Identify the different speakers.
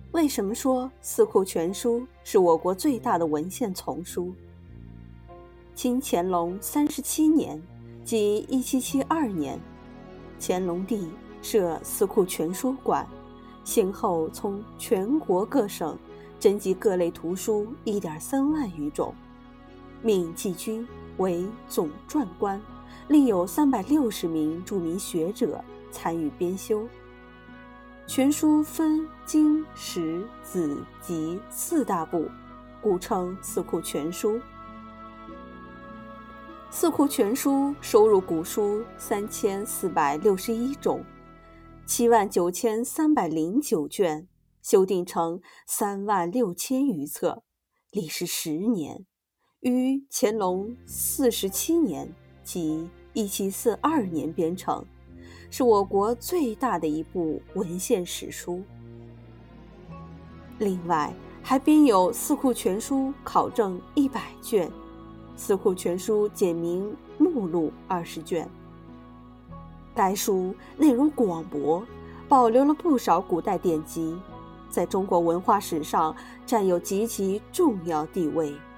Speaker 1: 为什么说《四库全书》是我国最大的文献丛书？清乾隆37年，即1772年，乾隆帝设四库全书馆，先后从全国各省征集各类图书1.3万余种，命季军为总撰官，另有360名著名学者参与编修。全书分经、史、子、集4大部，故称四库全书。四库全书收入古书3461种，79309卷，修订成36000余册，历时10年，于乾隆47年即1742年编成，是我国最大的一部文献史书。另外还编有四库全书考证100卷，四库全书简明目录20卷。该书内容广博，保留了不少古代典籍，在中国文化史上占有极其重要地位。